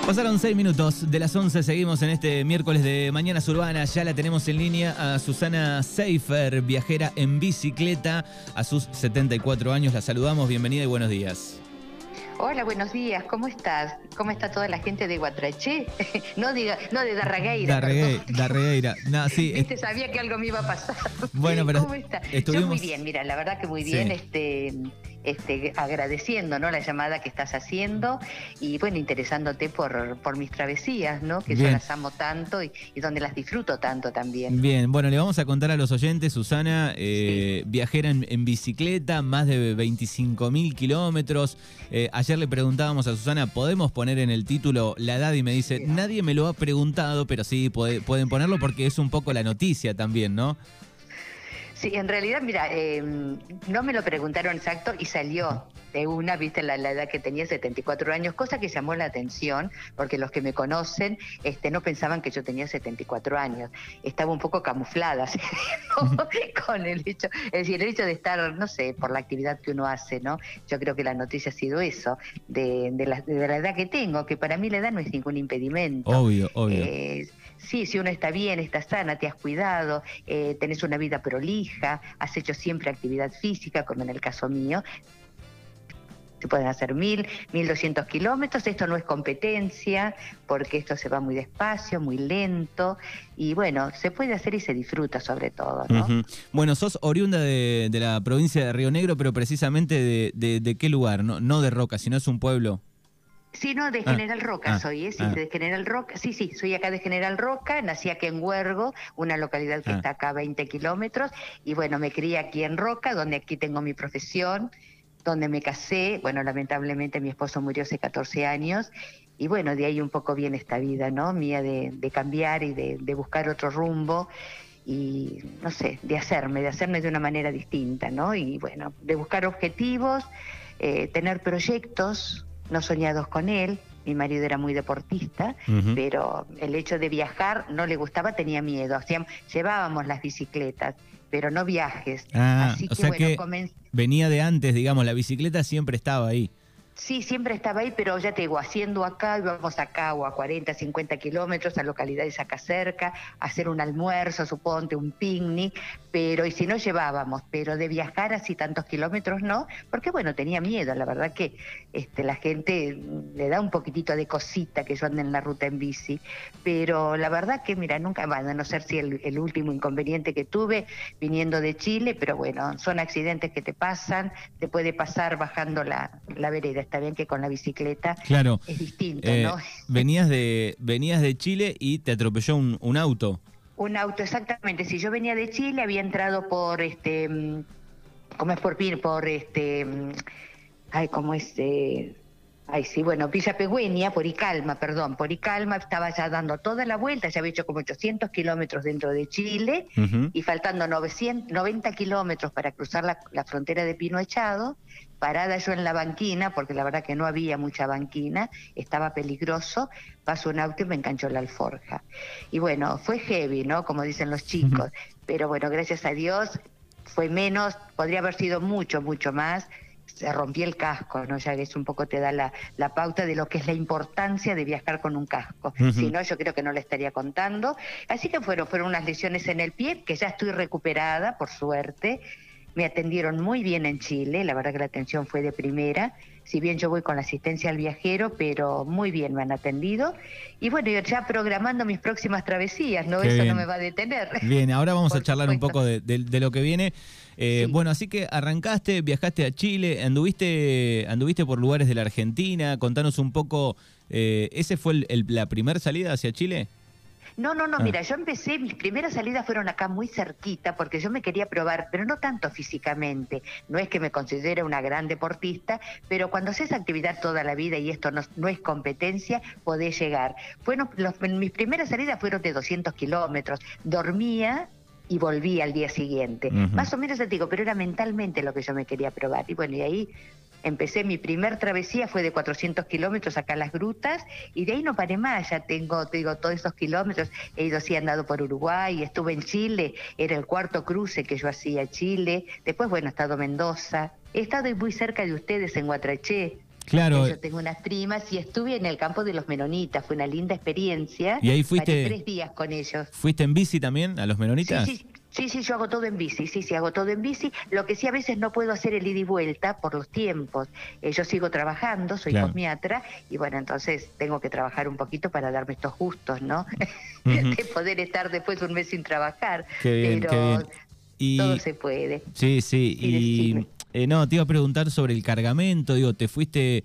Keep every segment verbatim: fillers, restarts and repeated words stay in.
Pasaron seis minutos de las once, seguimos en este miércoles de Mañanas Urbanas. Ya la tenemos en línea a Susana Seifer, viajera en bicicleta a sus setenta y cuatro años. La saludamos, bienvenida y buenos días. Hola, buenos días, ¿cómo estás? ¿Cómo está toda la gente de Guatraché? No diga, no de Darregueira. Darregueira, Darregueira. No, sí, Viste, sabía que algo me iba a pasar. Bueno, pero ¿Cómo está? estuvimos... Yo muy bien, mira, la verdad que muy bien, sí. este, este, agradeciendo, ¿no?, la llamada que estás haciendo y bueno, interesándote por, por mis travesías, ¿no?, que Bien. yo las amo tanto y, y donde las disfruto tanto también. Bien, bueno, le vamos a contar a los oyentes, Susana, eh, sí. viajera en, en bicicleta, más de veinticinco mil kilómetros. Eh, ayer le preguntábamos a Susana, ¿podemos poner en el título la edad? Y me dice, sí. nadie me lo ha preguntado, pero sí, puede, pueden ponerlo porque es un poco la noticia también, ¿no? Sí, en realidad, mira, eh, no me lo preguntaron exacto y salió de una, viste, la, la edad que tenía, setenta y cuatro años, cosa que llamó la atención, porque los que me conocen este, no pensaban que yo tenía setenta y cuatro años. Estaba un poco camuflada, ¿sí? ¿no? Con el hecho, es decir, el hecho de estar, no sé, por la actividad que uno hace, ¿no? Yo creo que la noticia ha sido eso, de, de, la, de la edad que tengo, que para mí la edad no es ningún impedimento. Obvio, obvio. Eh, Sí, si uno está bien, está sana, te has cuidado, eh, tenés una vida prolija, has hecho siempre actividad física, como en el caso mío, se pueden hacer mil, mil doscientos kilómetros, esto no es competencia, porque esto se va muy despacio, muy lento, y bueno, se puede hacer y se disfruta sobre todo, ¿no? Uh-huh. Bueno, sos oriunda de, de la provincia de Río Negro, pero precisamente de, de, de qué lugar, no, no de Roca, sino es un pueblo. Sí, no, de General ah, Roca ah, soy, ¿eh? Sí, ah. de General Roca, sí, sí, soy acá de General Roca, nací aquí en Huergo, una localidad que ah. está acá a veinte kilómetros, y bueno, me crié aquí en Roca, donde aquí tengo mi profesión, donde me casé, bueno, lamentablemente mi esposo murió hace catorce años, y bueno, de ahí un poco viene esta vida, ¿no?, mía de, de cambiar y de, de buscar otro rumbo, y no sé, de hacerme, de hacerme de una manera distinta, ¿no?, y bueno, de buscar objetivos, eh, tener proyectos no soñados con él. Mi marido era muy deportista, uh-huh. pero el hecho de viajar no le gustaba, tenía miedo. Hacíamos, llevábamos las bicicletas, pero no viajes. Ah, Así o que, sea bueno, que comencé... venía de antes, digamos, la bicicleta siempre estaba ahí. Sí, siempre estaba ahí, pero ya te digo, haciendo acá, íbamos acá o a cuarenta, cincuenta kilómetros a localidades acá cerca, a hacer un almuerzo, suponte, un picnic, pero y si no llevábamos, pero de viajar así tantos kilómetros no, porque bueno, tenía miedo, la verdad que este, la gente le da un poquitito de cosita que yo ande en la ruta en bici, pero la verdad que mira, nunca, bueno, a no ser si el, el último inconveniente que tuve viniendo de Chile, pero bueno, son accidentes que te pasan, te puede pasar bajando la, la vereda. Está bien que con la bicicleta claro, es distinto, eh, ¿no? Venías de, venías de Chile y te atropelló un, un auto. Un auto, exactamente. Si yo venía de Chile, había entrado por, este, ¿cómo es? Por, por este, ay, ¿cómo es? Eh, Ay, sí, bueno, Villa Pegüeña, por Icalma, perdón, por Icalma estaba ya dando toda la vuelta, ya había hecho como ochocientos kilómetros dentro de Chile, uh-huh. y faltando novecientos, noventa kilómetros para cruzar la, la frontera de Pino Echado, parada yo en la banquina, porque la verdad que no había mucha banquina, estaba peligroso, pasó un auto y me enganchó la alforja. Y bueno, fue heavy, ¿no?, como dicen los chicos, uh-huh. pero bueno, gracias a Dios fue menos, podría haber sido mucho, mucho más. Se rompió el casco, ¿no? Ya es un poco te da la, la pauta de lo que es la importancia de viajar con un casco. Uh-huh. Si no, yo creo que no le estaría contando. Así que fueron, fueron unas lesiones en el pie, que ya estoy recuperada, por suerte. Me atendieron muy bien en Chile, la verdad que la atención fue de primera. Si bien yo voy con la asistencia al viajero, pero muy bien me han atendido. Y bueno, yo ya programando mis próximas travesías, ¿no? Qué Eso bien. no me va a detener. Bien, ahora vamos Por a charlar supuesto. un poco de, de, de lo que viene. Eh, sí. Bueno, así que arrancaste, viajaste a Chile, anduviste, anduviste por lugares de la Argentina. Contanos un poco, eh, ¿ese fue el, el, la primera salida hacia Chile? No, no, no, ah. mira, yo empecé, mis primeras salidas fueron acá muy cerquita, porque yo me quería probar, pero no tanto físicamente, no es que me considere una gran deportista, pero cuando haces actividad toda la vida y esto no, no es competencia, podés llegar. Bueno, los, mis primeras salidas fueron de doscientos kilómetros, dormía y volví al día siguiente. Uh-huh. Más o menos te digo, pero era mentalmente lo que yo me quería probar. Y bueno, y ahí empecé, mi primer travesía fue de cuatrocientos kilómetros acá a las grutas, y de ahí no paré más, ya tengo, te digo, todos esos kilómetros, he ido, sí, he andado por Uruguay, estuve en Chile, era el cuarto cruce que yo hacía a Chile, después, bueno, he estado en Mendoza, he estado muy cerca de ustedes en Guatraché. Claro. Yo tengo unas primas y estuve en el campo de los menonitas, fue una linda experiencia. ¿Y ahí fuiste? Paré tres días con ellos. ¿Fuiste en bici también a los menonitas? Sí, sí, sí, sí, yo hago todo en bici, sí, sí, hago todo en bici. Lo que sí a veces no puedo hacer el ida y vuelta por los tiempos. Eh, yo sigo trabajando, soy Claro. cosmiatra, y bueno, entonces tengo que trabajar un poquito para darme estos gustos, ¿no? Uh-huh. De poder estar después un mes sin trabajar. Qué bien, pero qué bien. Y, todo se puede. Sí, sí, Sí, y decime. eh, no, te iba a preguntar sobre el cargamento, digo, te fuiste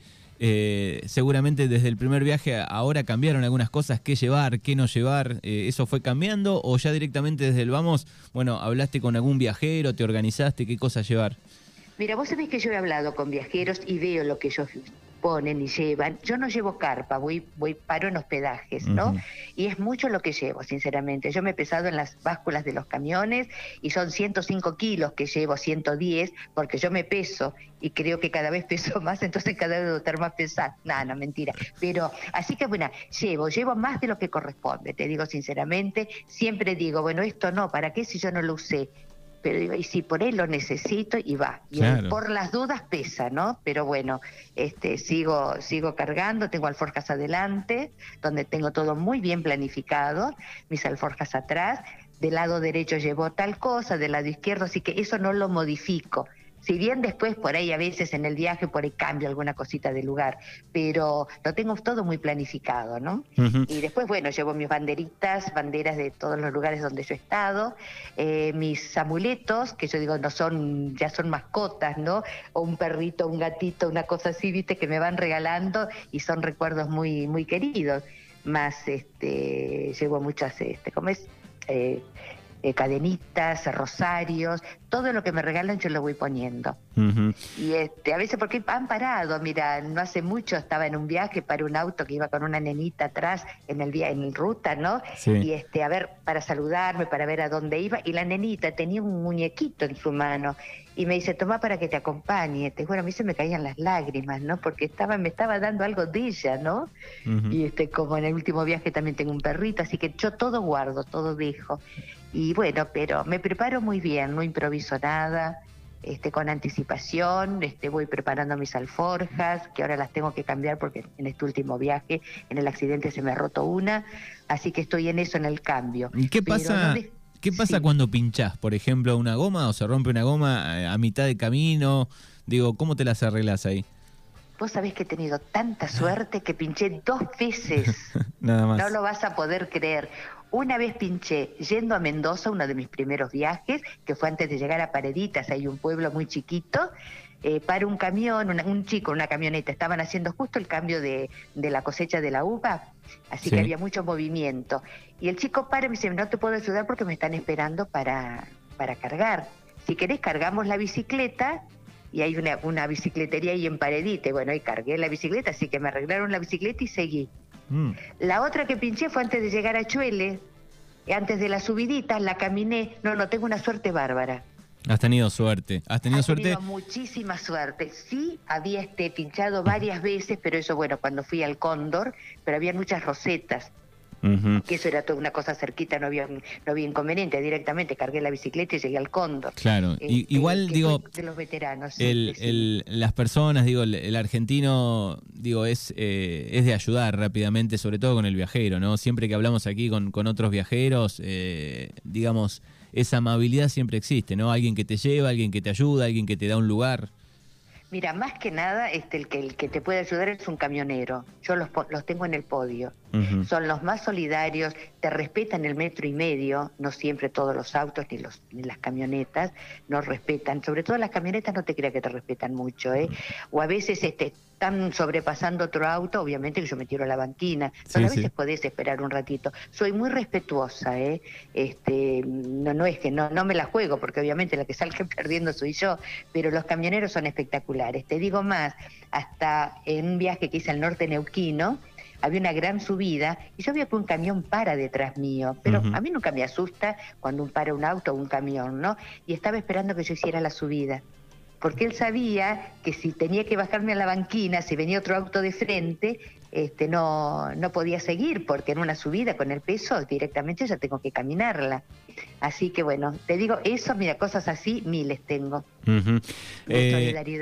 eh, seguramente desde el primer viaje, a- ahora cambiaron algunas cosas, qué llevar, qué no llevar, eh, ¿eso fue cambiando o ya directamente desde el vamos, bueno, hablaste con algún viajero, te organizaste, qué cosas llevar? Mira, vos sabés que yo he hablado con viajeros y veo lo que ellos ponen y llevan. Yo no llevo carpa, voy, voy paro en hospedajes, ¿no? Ujú. Y es mucho lo que llevo, sinceramente. Yo me he pesado en las básculas de los camiones y son ciento cinco kilos que llevo, ciento diez, porque yo me peso y creo que cada vez peso más, entonces cada vez debo estar más pesada. No, no, mentira. Pero, así que bueno, llevo, llevo más de lo que corresponde, te digo sinceramente. Siempre digo, bueno, esto no, ¿para qué si yo no lo usé? Pero digo, y si por él lo necesito y va. Y Claro. el por las dudas pesa, ¿no? Pero bueno, este, sigo, sigo cargando, tengo alforjas adelante, donde tengo todo muy bien planificado, mis alforjas atrás, del lado derecho llevo tal cosa, del lado izquierdo, así que eso no lo modifico. Si bien después por ahí a veces en el viaje por ahí cambio alguna cosita de lugar, pero lo tengo todo muy planificado, ¿no? Ujú. Y después, bueno, llevo mis banderitas, banderas de todos los lugares donde yo he estado, eh, mis amuletos, que yo digo, no son, ya son mascotas, ¿no? O un perrito, un gatito, una cosa así, viste, que me van regalando y son recuerdos muy, muy queridos. Más, este, llevo muchas, este, ¿cómo es? Eh, eh, cadenitas, rosarios, todo lo que me regalan yo lo voy poniendo. Ujú. Y este, a veces porque han parado, mira, no hace mucho estaba en un viaje para un auto que iba con una nenita atrás en el via en ruta, ¿no? Sí. Y este, a ver, para saludarme, para ver a dónde iba, y la nenita tenía un muñequito en su mano, y me dice, toma para que te acompañe. Te bueno, a mí se me caían las lágrimas, ¿no? Porque estaba, me estaba dando algo de ella, ¿no? Ujú. Y este, como en el último viaje también tengo un perrito, así que yo todo guardo, todo dejo. Y bueno, pero me preparo muy bien, no improviso nada, este, con anticipación, este, voy preparando mis alforjas, que ahora las tengo que cambiar porque en este último viaje, en el accidente se me ha roto una, así que estoy en eso, en el cambio. ¿Y qué Pero pasa, no de- qué pasa sí. cuando pinchás, por ejemplo, una goma o se rompe una goma eh, a mitad de camino? Digo, ¿cómo te las arreglás ahí? Vos sabés que he tenido tanta suerte que pinché dos veces. Nada más. No lo vas a poder creer. Una vez pinché yendo a Mendoza, uno de mis primeros viajes, que fue antes de llegar a Pareditas, hay un pueblo muy chiquito, eh, para un camión, una- un chico, una camioneta, estaban haciendo justo el cambio de, de la cosecha de la uva, así Sí. que había mucho movimiento. Y el chico para y me dice, no te puedo ayudar porque me están esperando para, para cargar. Si querés cargamos la bicicleta, y hay una, una bicicletería ahí en Paredita, y bueno, ahí cargué la bicicleta, así que me arreglaron la bicicleta y seguí. Mm. La otra que pinché fue antes de llegar a Chuele, antes de la subidita, la caminé. No, no, tengo una suerte bárbara. Has tenido suerte. Has tenido He suerte. tenido muchísima suerte. Sí, había este pinchado varias veces, pero eso, bueno, cuando fui al Cóndor, pero había muchas rosetas, Ujú. que eso era toda una cosa cerquita, no había, no había inconveniente. Directamente cargué la bicicleta y llegué al Cóndor. Claro. Y, Este, igual, que digo, fue de los veteranos. sí, el, sí. el- las personas, digo, el, el argentino, digo, es, eh, es de ayudar rápidamente, sobre todo con el viajero, ¿no? Siempre que hablamos aquí con, con otros viajeros, eh, digamos, esa amabilidad siempre existe, ¿no? Alguien que te lleva, alguien que te ayuda, alguien que te da un lugar. Mira, más que nada, este, el, que, el que te puede ayudar es un camionero. Yo los, po- los tengo en el podio. Ujú. Son los más solidarios, te respetan el metro y medio, no siempre todos los autos ni, los, ni las camionetas nos respetan. Sobre todo las camionetas no te creas que te respetan mucho, ¿eh? O a veces este, están sobrepasando otro auto, obviamente que yo me tiro a la banquina. Sí, Pero a sí. veces podés esperar un ratito. Soy muy respetuosa, ¿eh? Este, no, no es que no, no me la juego, porque obviamente la que salga perdiendo soy yo, pero los camioneros son espectaculares. Te digo más, hasta en un viaje que hice al norte neuquino, había una gran subida y yo veía que un camión para detrás mío, pero Ujú. a mí nunca me asusta cuando un para un auto o un camión, ¿no? Y estaba esperando que yo hiciera la subida, porque él sabía que si tenía que bajarme a la banquina, si venía otro auto de frente, este, no, no podía seguir, porque en una subida con el peso directamente ya tengo que caminarla. Así que bueno, te digo, eso, mira, cosas así, miles tengo, Ujú. de Eh, solidaridad.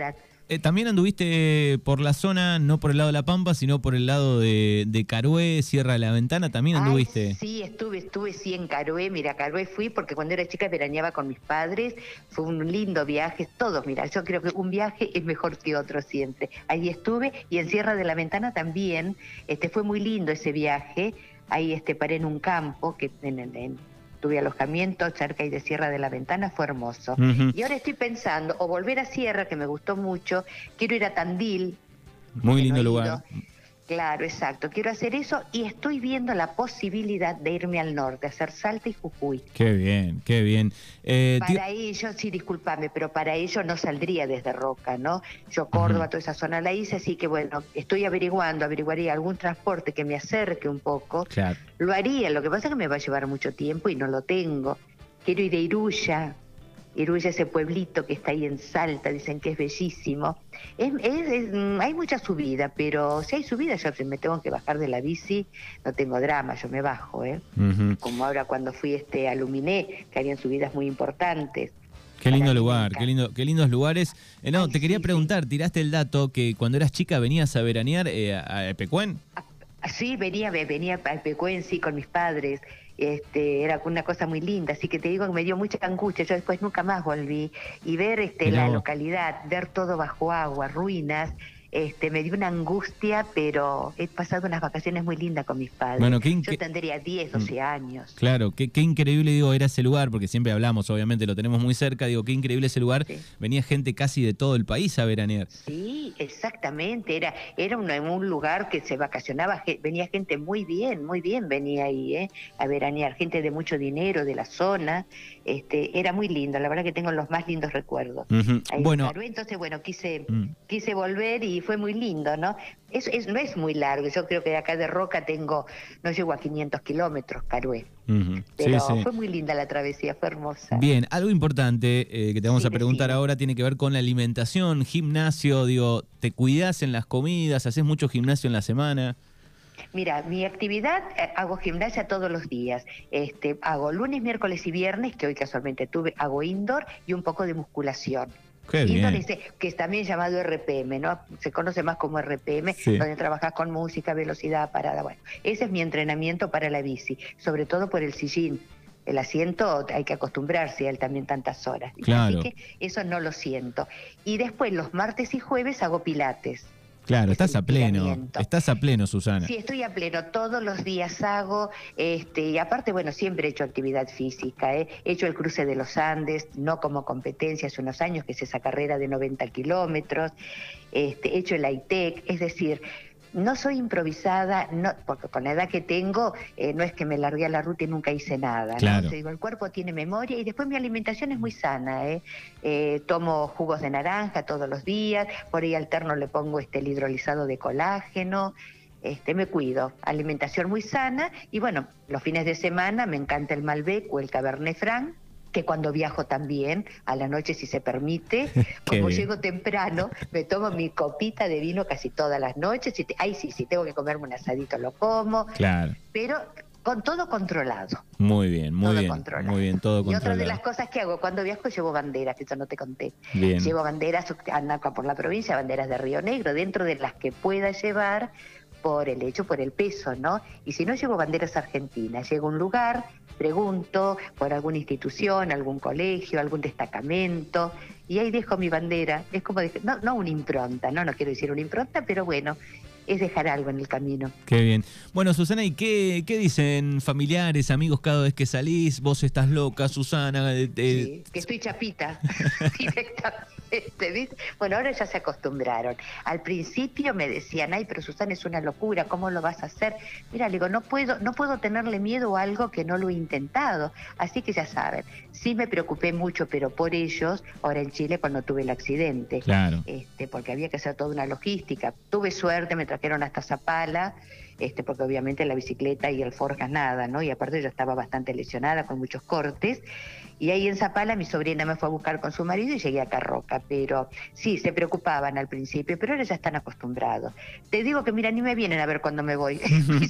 Eh, también anduviste por la zona, no por el lado de La Pampa, sino por el lado de, de Carué, Sierra de la Ventana, también anduviste. Ay, sí, estuve, estuve sí en Carué. Mira, Carué fui porque cuando era chica veraneaba con mis padres. Fue un lindo viaje. Todos, mira, yo creo que un viaje es mejor que otro siempre. Ahí estuve y en Sierra de la Ventana también. Este, fue muy lindo ese viaje. Ahí este, paré en un campo que en, en, en, tuve alojamiento cerca y de Sierra de la Ventana, fue hermoso. Uh-huh. Y ahora estoy pensando, o volver a Sierra, que me gustó mucho. Quiero ir a Tandil. Muy lindo no lugar. Claro, exacto. Quiero hacer eso y estoy viendo la posibilidad de irme al norte, hacer Salta y Jujuy. Qué bien, qué bien. Eh, para ello, sí, discúlpame, pero para ello no saldría desde Roca, ¿no? Yo Córdoba, uh-huh. toda esa zona la hice, así que bueno, estoy averiguando, averiguaría algún transporte que me acerque un poco. Claro. Lo haría, lo que pasa es que me va a llevar mucho tiempo y no lo tengo. Quiero ir a Iruya. Iruya, ese pueblito que está ahí en Salta, dicen que es bellísimo. Es, es, es, hay mucha subida, pero si hay subida, yo me tengo que bajar de la bici, no tengo drama, yo me bajo, ¿eh? Uh-huh. Como ahora cuando fui este, a Luminé, que habían subidas muy importantes. Qué lindo lugar, qué lindo, qué lindos lugares. Eh, no, Ay, te quería sí, preguntar, sí. Tiraste el dato que cuando eras chica venías a veranear eh, a, a Pecuén. Sí, venía, venía a Pecuén, sí, con mis padres. Este, era una cosa muy linda, así que te digo que me dio mucha angustia. Yo después nunca más volví y ver este, Pero... la localidad, ver todo bajo agua, ruinas, este, me dio una angustia, pero he pasado unas vacaciones muy lindas con mis padres. Bueno, ¿qué, Yo tendría diez, doce años. Claro, qué, qué increíble, digo, era ese lugar, porque siempre hablamos, obviamente lo tenemos muy cerca, digo, qué increíble ese lugar. Sí. Venía gente casi de todo el país a veranear. Sí, exactamente, era, era un, un lugar que se vacacionaba, venía gente muy bien, muy bien venía ahí, ¿eh? A veranear, gente de mucho dinero, de la zona, este, era muy lindo, la verdad que tengo los más lindos recuerdos. Uh-huh. Bueno, Carué, entonces, bueno, quise, uh-huh. quise volver y fue muy lindo, ¿no? Es, es, no es muy largo, yo creo que de acá de Roca tengo, no llego a quinientos kilómetros, Carué. Uh-huh. Pero sí, sí. Fue muy linda la travesía, fue hermosa. Bien, algo importante eh, que te vamos sí, a preguntar ahora tiene que ver con la alimentación, gimnasio, digo, ¿te cuidás en las comidas? ¿Haces mucho gimnasio en la semana? Mira, mi actividad, eh, hago gimnasia todos los días. Este, hago lunes, miércoles y viernes, que hoy casualmente tuve, hago indoor y un poco de musculación. Qué bien. Dice, que es también llamado R P M, ¿no? Se conoce más como R P M, sí. Donde trabajas con música, velocidad, parada. Bueno, ese es mi entrenamiento para la bici, sobre todo por el sillín. El asiento hay que acostumbrarse a él también tantas horas. Claro. Así que eso no lo siento. Y después los martes y jueves hago pilates. Claro, estás a pleno, estás a pleno, Susana. Sí, estoy a pleno, todos los días hago, este, y aparte, bueno, siempre he hecho actividad física, ¿eh? He hecho el cruce de los Andes, no como competencia hace unos años, que es esa carrera de noventa kilómetros, este, he hecho el I T E C, es decir, no soy improvisada, no, porque con la edad que tengo, eh, no es que me largué a la ruta y nunca hice nada. Claro. ¿No? O sea, digo, el cuerpo tiene memoria y después mi alimentación es muy sana. ¿eh? Eh, tomo jugos de naranja todos los días, por ahí alterno le pongo este, el hidrolizado de colágeno. Este, me cuido, alimentación muy sana y bueno, los fines de semana me encanta el Malbec o el Cabernet Franc, que cuando viajo también, a la noche si se permite, como llego temprano, me tomo mi copita de vino casi todas las noches, y te, ay sí, si tengo que comerme un asadito lo como, claro. Pero con todo controlado. Muy bien, muy todo bien, controlado. muy bien, todo controlado. Y otra de las cosas que hago cuando viajo, llevo banderas, que eso no te conté. Bien. Llevo banderas, ando acá por la provincia, banderas de Río Negro, dentro de las que pueda llevar, por el hecho, por el peso, ¿no? Y si no, llevo banderas argentinas, llego a un lugar, pregunto por alguna institución, algún colegio, algún destacamento, y ahí dejo mi bandera. Es como, de, no, no una impronta, no, no quiero decir una impronta, pero bueno, es dejar algo en el camino. Qué bien. Bueno, Susana, ¿y qué, qué dicen familiares, amigos cada vez que salís? Vos estás loca, Susana. Eh, sí, que estoy chapita, directamente. ¿Viste? Bueno, ahora ya se acostumbraron. Al principio me decían, ay, pero Susana, es una locura, ¿cómo lo vas a hacer? Mira, le digo, no puedo, no puedo tenerle miedo a algo que no lo he intentado. Así que ya saben, sí me preocupé mucho, pero por ellos, ahora en Chile cuando tuve el accidente. Claro. Este, porque había que hacer toda una logística. Tuve suerte, me trajeron hasta Zapala, este, porque obviamente la bicicleta y el Forjas nada, ¿no? Y aparte yo estaba bastante lesionada, con muchos cortes. Y ahí en Zapala mi sobrina me fue a buscar con su marido y llegué a Carroca, pero sí, se preocupaban al principio, pero ahora ya están acostumbrados. Te digo que, mira, ni me vienen a ver cuando me voy.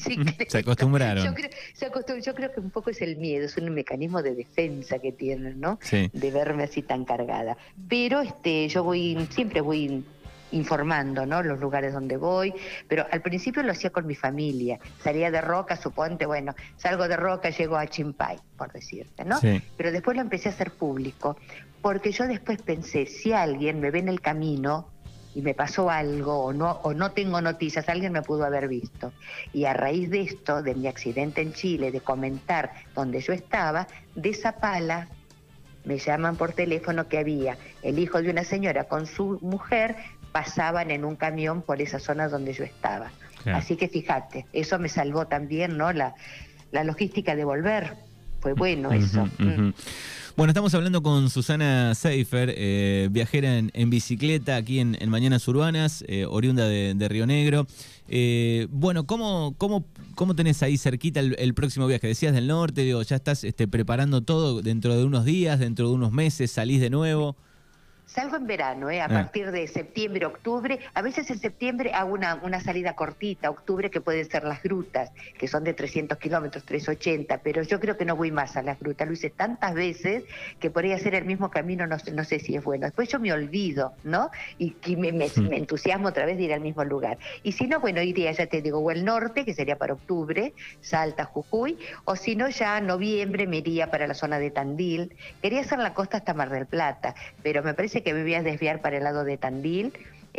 Se acostumbraron. Yo creo, se acostum yo creo que un poco es el miedo, es un mecanismo de defensa que tienen, ¿no? Sí. De verme así tan cargada. Pero este, yo voy, siempre voy informando, ¿no? Los lugares donde voy, pero al principio lo hacía con mi familia. Salía de Roca, suponte, bueno, salgo de Roca, llego a Chimpay, por decirte, ¿no? Sí. Pero después lo empecé a hacer público, porque yo después pensé, si alguien me ve en el camino y me pasó algo o no, o no tengo noticias, alguien me pudo haber visto. Y a raíz de esto, de mi accidente en Chile, de comentar donde yo estaba, de Zapala me llaman por teléfono que había el hijo de una señora con su mujer, pasaban en un camión por esa zona donde yo estaba. Claro. Así que fíjate, eso me salvó también, ¿no? La, la logística de volver. Fue bueno eso. Uh-huh, uh-huh. Mm. Bueno, estamos hablando con Susana Seifer, eh, viajera en, en bicicleta aquí en, en Mañanas Urbanas, eh, oriunda de, de Río Negro. Eh, bueno, ¿cómo, cómo, ¿cómo tenés ahí cerquita el, el próximo viaje? Decías del norte, digo, ya estás este, preparando todo dentro de unos días, dentro de unos meses, salís de nuevo. Salgo en verano, ¿eh? a ah. partir de septiembre, octubre. A veces en septiembre hago una, una salida cortita, octubre, que pueden ser las grutas, que son de trescientos kilómetros, trescientos ochenta, pero yo creo que no voy más a las grutas. Lo hice tantas veces que por ahí hacer el mismo camino no, no sé si es bueno. Después yo me olvido, ¿no? Y, y me, me, me entusiasmo otra vez de ir al mismo lugar. Y si no, bueno, iría, ya te digo, o el norte, que sería para octubre, Salta, Jujuy, o si no, ya noviembre me iría para la zona de Tandil. Quería hacer la costa hasta Mar del Plata, pero me parece que me voy a desviar para el lado de Tandil,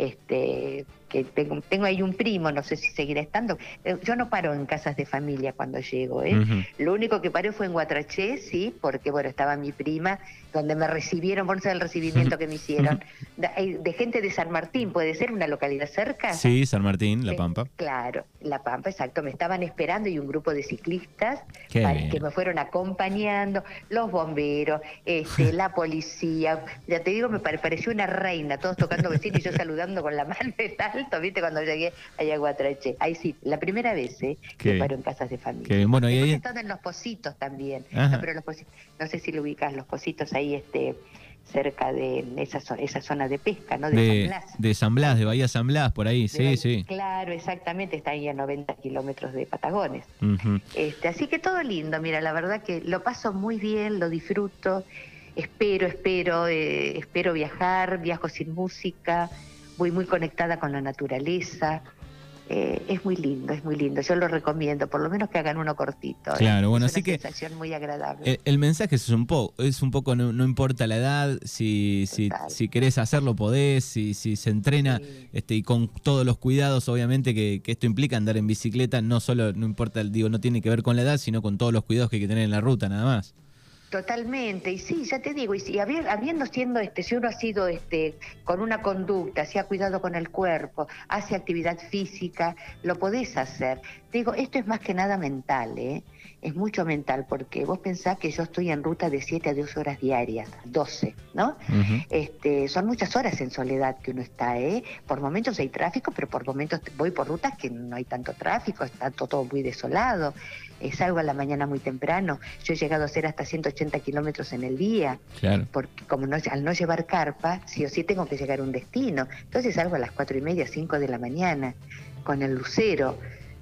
este, que tengo, tengo ahí un primo, no sé si seguirá estando. Yo no paro en casas de familia cuando llego, ¿eh? Uh-huh. Lo único que paré fue en Guatraché, sí, porque bueno, estaba mi prima, donde me recibieron, por el recibimiento que me hicieron. De, de gente de San Martín, ¿puede ser una localidad cerca? Sí, San Martín, La Pampa. Eh, claro, La Pampa, exacto. Me estaban esperando y un grupo de ciclistas para, que me fueron acompañando, los bomberos, este, la policía. Ya te digo, me pareció una reina, todos tocando vecinos y yo saludando con la mano de alto, ¿viste? Cuando llegué allá a Guatraché. Ahí sí, la primera vez, ¿eh? Que paro en casas de familia. Bueno, y ahí... he estado en Los Pocitos también. No, pero los Pocitos, no sé si lo ubicas, Los Pocitos ahí, este, cerca de esa, esa zona de pesca, ¿no? De, de San Blas. De San Blas, de Bahía San Blas, por ahí, de sí, Bahía, sí. Claro, exactamente, está ahí a noventa kilómetros de Patagones. Uh-huh. este, así que todo lindo, mira, la verdad que lo paso muy bien, lo disfruto, espero, espero, eh, espero viajar, viajo sin música, voy muy conectada con la naturaleza. Eh, es muy lindo, es muy lindo. Yo lo recomiendo, por lo menos que hagan uno cortito. Claro, ¿eh? bueno, es así una que sensación muy agradable. El, el mensaje es un poco, es un poco no, no importa la edad, si, si, si querés hacerlo podés, si, si se entrena, sí. este, y con todos los cuidados, obviamente, que, que esto implica andar en bicicleta, no solo, no importa, digo, no tiene que ver con la edad, sino con todos los cuidados que hay que tener en la ruta, nada más. Totalmente, y sí, ya te digo, y si habiendo siendo este, si uno ha sido este con una conducta, si ha cuidado con el cuerpo, hace actividad física, lo podés hacer. Te digo, esto es más que nada mental, ¿eh? Es mucho mental, porque vos pensás que yo estoy en ruta de siete a doce horas diarias, doce, ¿no? Uh-huh. Este, son muchas horas en soledad que uno está, ¿eh? Por momentos hay tráfico, pero por momentos voy por rutas que no hay tanto tráfico, está todo muy desolado. Eh, salgo a la mañana muy temprano, yo he llegado a hacer hasta ciento ochenta kilómetros en el día, claro. Porque como no, al no llevar carpa, sí o sí tengo que llegar a un destino, entonces salgo a las cuatro y media, cinco de la mañana, con el lucero,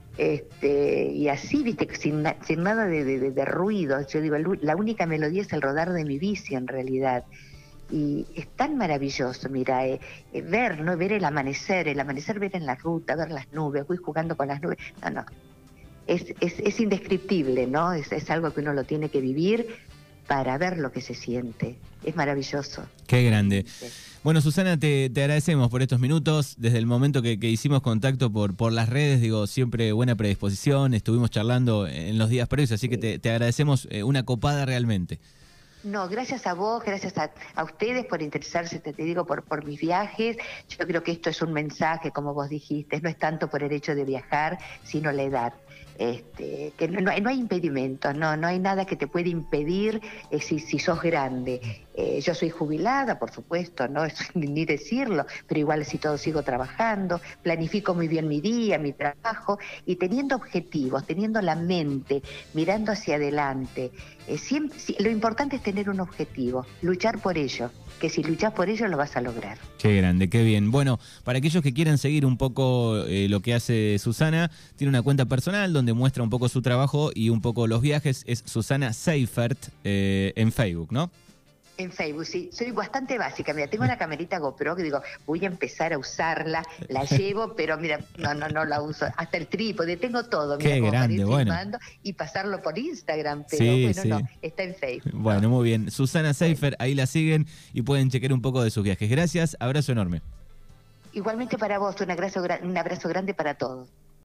este, y así, viste, sin, sin nada de, de, de ruido. Yo digo, la única melodía es el rodar de mi bici en realidad. Y es tan maravilloso, mira, eh, eh, ver, ¿no? Ver el amanecer, el amanecer, ver en la ruta, ver las nubes, voy jugando con las nubes, no, no. Es, es, es indescriptible, ¿no? Es, es algo que uno lo tiene que vivir para ver lo que se siente. Es maravilloso. Qué grande. Sí. Bueno, Susana, te, te agradecemos por estos minutos. Desde el momento que, que hicimos contacto por, por las redes, digo, siempre buena predisposición. Estuvimos charlando en los días previos, así sí. que te, te agradecemos una copada realmente. No, gracias a vos, gracias a, a ustedes por interesarse, te, te digo, por, por mis viajes. Yo creo que esto es un mensaje, como vos dijiste, no es tanto por el hecho de viajar, sino la edad. Este, que no, no hay impedimentos, no, no hay nada que te pueda impedir eh, si, si sos grande. Eh, yo soy jubilada, por supuesto, no es ni decirlo, pero igual si todo sigo trabajando, planifico muy bien mi día, mi trabajo, y teniendo objetivos, teniendo la mente, mirando hacia adelante. Eh, siempre, si, lo importante es tener un objetivo, luchar por ello, que si luchás por ello lo vas a lograr. Qué grande, qué bien. Bueno, para aquellos que quieran seguir un poco eh, lo que hace Susana, tiene una cuenta personal donde muestra un poco su trabajo y un poco los viajes, es Susana Seifert eh, en Facebook, ¿no? En Facebook, sí, soy bastante básica. Mira, tengo una camerita GoPro que digo, voy a empezar a usarla, la llevo, pero mira, no, no, no la uso. Hasta el trípode, tengo todo, mira, Qué como para grande, ir bueno. filmando y pasarlo por Instagram, pero Sí, bueno, sí. no, está en Facebook. Bueno, ¿no? muy bien. Susana Seifer, ahí la siguen y pueden chequear un poco de sus viajes. Gracias, abrazo enorme. Igualmente para vos, un abrazo, gra- un abrazo grande para todos.